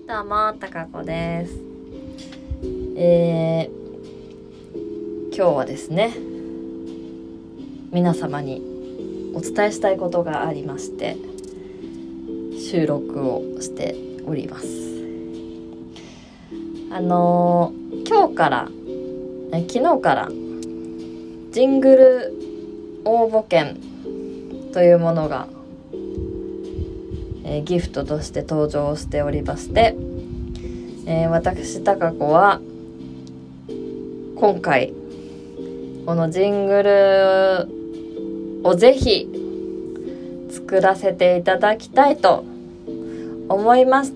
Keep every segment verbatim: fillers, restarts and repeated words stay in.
どうも、たかこです。えー、今日はですね、皆様にお伝えしたいことがありまして収録をしております。あのー、今日からえ昨日からジングル応募券というものが、えー、ギフトとして登場しておりまして、えー、私たかこは今回このジングルをぜひ作らせていただきたいと思いまして、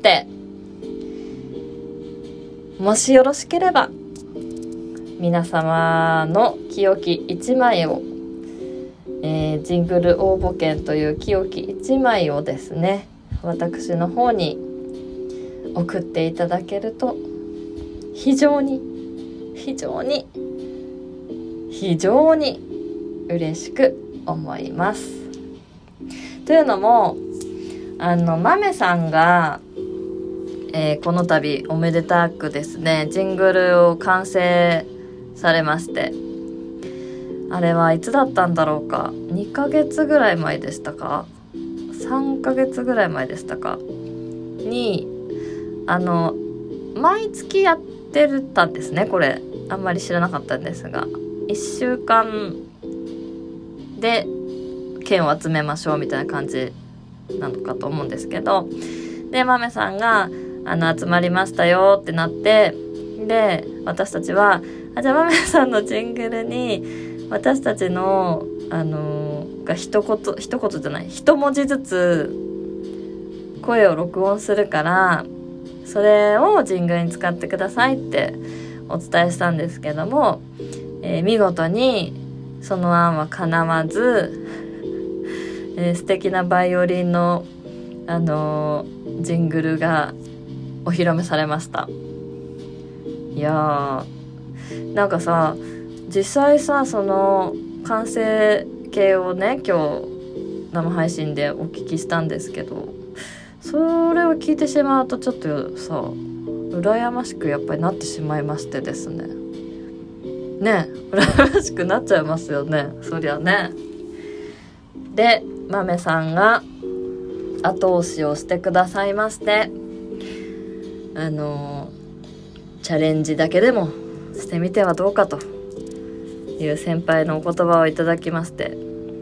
もしよろしければ皆様の清きいちまいを、えー、ジングル応募券という清きいちまいをですね、私の方に送っていただけると非常に非常に非常に嬉しく思います。というのも、あのまめさんが、えー、この度おめでたくですねジングルを完成されまして、あれはいつだったんだろうか、にかげつぐらい前でしたか、さんかげつぐらい前でしたかに、あの毎月やってたんですね。これあんまり知らなかったんですが、いっしゅうかんで券を集めましょうみたいな感じなのかと思うんですけど、でまめさんがあの集まりましたよってなって、で私たちはあじゃあまめさんのジングルに私たちのあのー、が一言一言じゃない一文字ずつ声を録音するからそれをジングルに使ってくださいってお伝えしたんですけども、えー、見事にその案は叶わず、えー、素敵なバイオリンの、あのー、ジングルがお披露目されました。いやーなんかさ、実際さその完成形をね今日生配信でお聞きしたんですけど、それを聞いてしまうとちょっとさ羨ましくやっぱりなってしまいましてですねね羨ましくなっちゃいますよね、そりゃね。でまめさんが後押しをしてくださいまして、あのチャレンジだけでもしてみてはどうかという先輩のお言葉をいただきまして、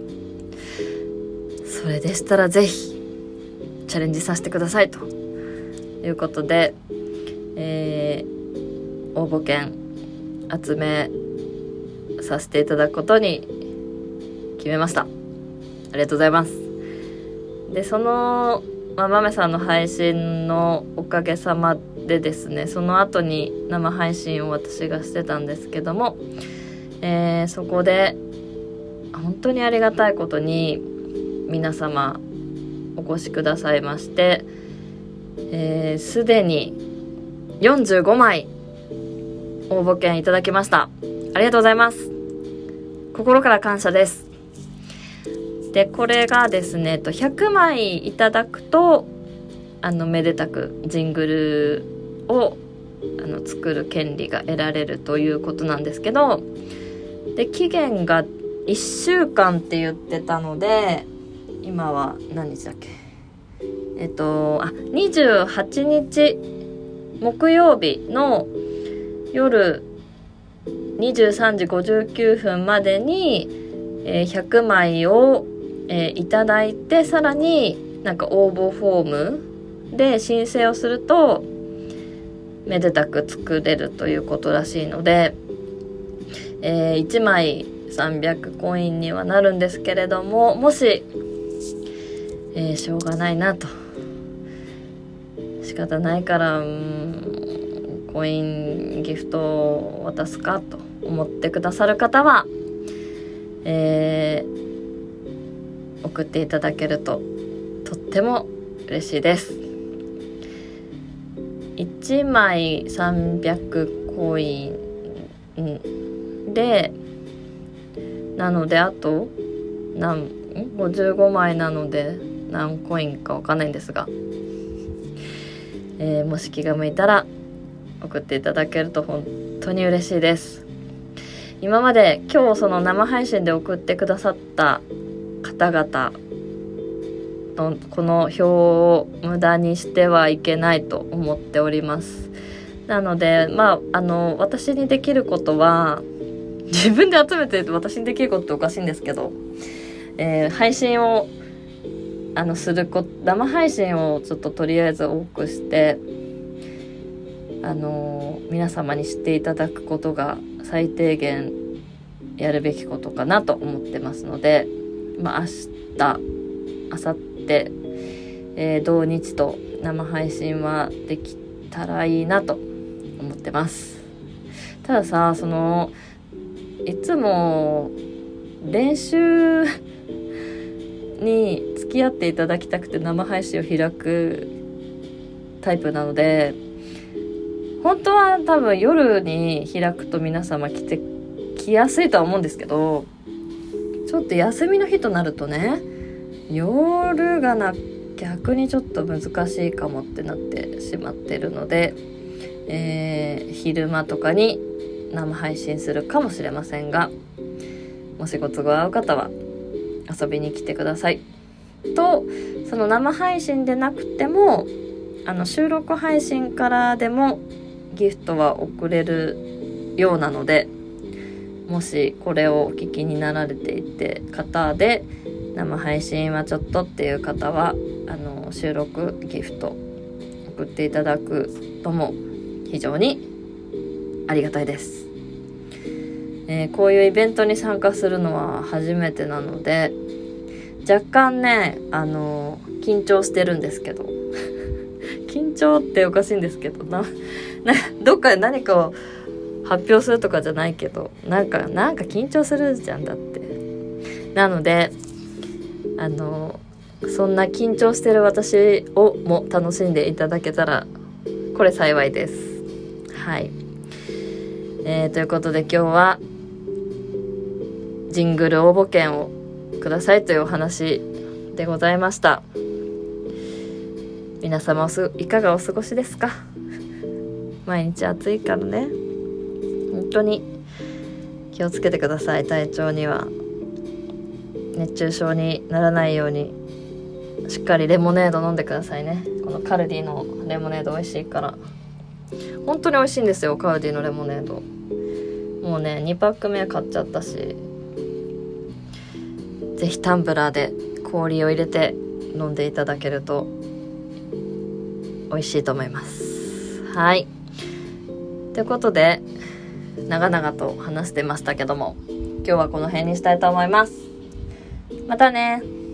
それでしたらぜひチャレンジさせてくださいということで、えー、応募券集めさせていただくことに決めました。ありがとうございます。でそのまあ、まめさんの配信のおかげさまでですね、その後に生配信を私がしてたんですけども、えー、そこで本当にありがたいことに皆様お越しくださいまして、えー、すでによんじゅうごまい応募券いただきました。ありがとうございます。心から感謝です。でこれがですねひゃくまいいただくとあのめでたくジングルをあの作る権利が得られるということなんですけど、で期限がいっしゅうかんって言ってたので、今は何日だっけ、えっとあにじゅうはちにち木曜日の夜にじゅうさんじごじゅうきゅうふんまでに、えー、ひゃくまいをえー、いただいて、さらになんか応募フォームで申請をするとめでたく作れるということらしいので、えー、いちまいさんびゃくコインにはなるんですけれども、もし、えー、しょうがないなと、仕方ないからうーんコインギフトを渡すかと思ってくださる方は、えー送っていただけるととっても嬉しいです。いちまいさんびゃくコインでなので、あと何ごじゅうごまいなので何コインかわかんないんですが、 えー、もし気が向いたら送っていただけると本当に嬉しいです。今まで今日その生配信で送ってくださった方々のこの票を無駄にしてはいけないと思っております。なのでまああの私にできることは、自分で集めて私にできることっておかしいんですけど、えー、配信をあのするこ生配信をちょっととりあえず多くしてあの皆様に知っていただくことが最低限やるべきことかなと思ってますので、まあ明日明後日、えー、同日と生配信はできたらいいなと思ってます。たださ、そのいつも練習に付き合っていただきたくて生配信を開くタイプなので、本当は多分夜に開くと皆様来て来やすいとは思うんですけど、ちょっと休みの日となるとね、夜がな逆にちょっと難しいかもってなってしまってるので、えー、昼間とかに生配信するかもしれませんが、もしご都合合う方は遊びに来てください。と、その生配信でなくてもあの収録配信からでもギフトは送れるようなので、もしこれをお聞きになられていて方で生配信はちょっとっていう方はあの収録ギフト送っていただくとも非常にありがたいです。えー、こういうイベントに参加するのは初めてなので若干ねあの緊張してるんですけど緊張っておかしいんですけどな、などっかで何かを発表するとかじゃないけどなんかなんか緊張するじゃんだって。なのであのそんな緊張してる私をも楽しんでいただけたらこれ幸いです。はい、えー、ということで今日はジングル応募券をくださいというお話でございました。皆様いかがお過ごしですか？毎日暑いからね、本当に気をつけてください。体調には熱中症にならないようにしっかりレモネード飲んでくださいね。このカルディのレモネード美味しいから、本当に美味しいんですよ。カルディのレモネードもうねにパック目買っちゃったし、ぜひタンブラーで氷を入れて飲んでいただけると美味しいと思います。はい、ということで長々と話してましたけども、今日はこの辺にしたいと思います。またね。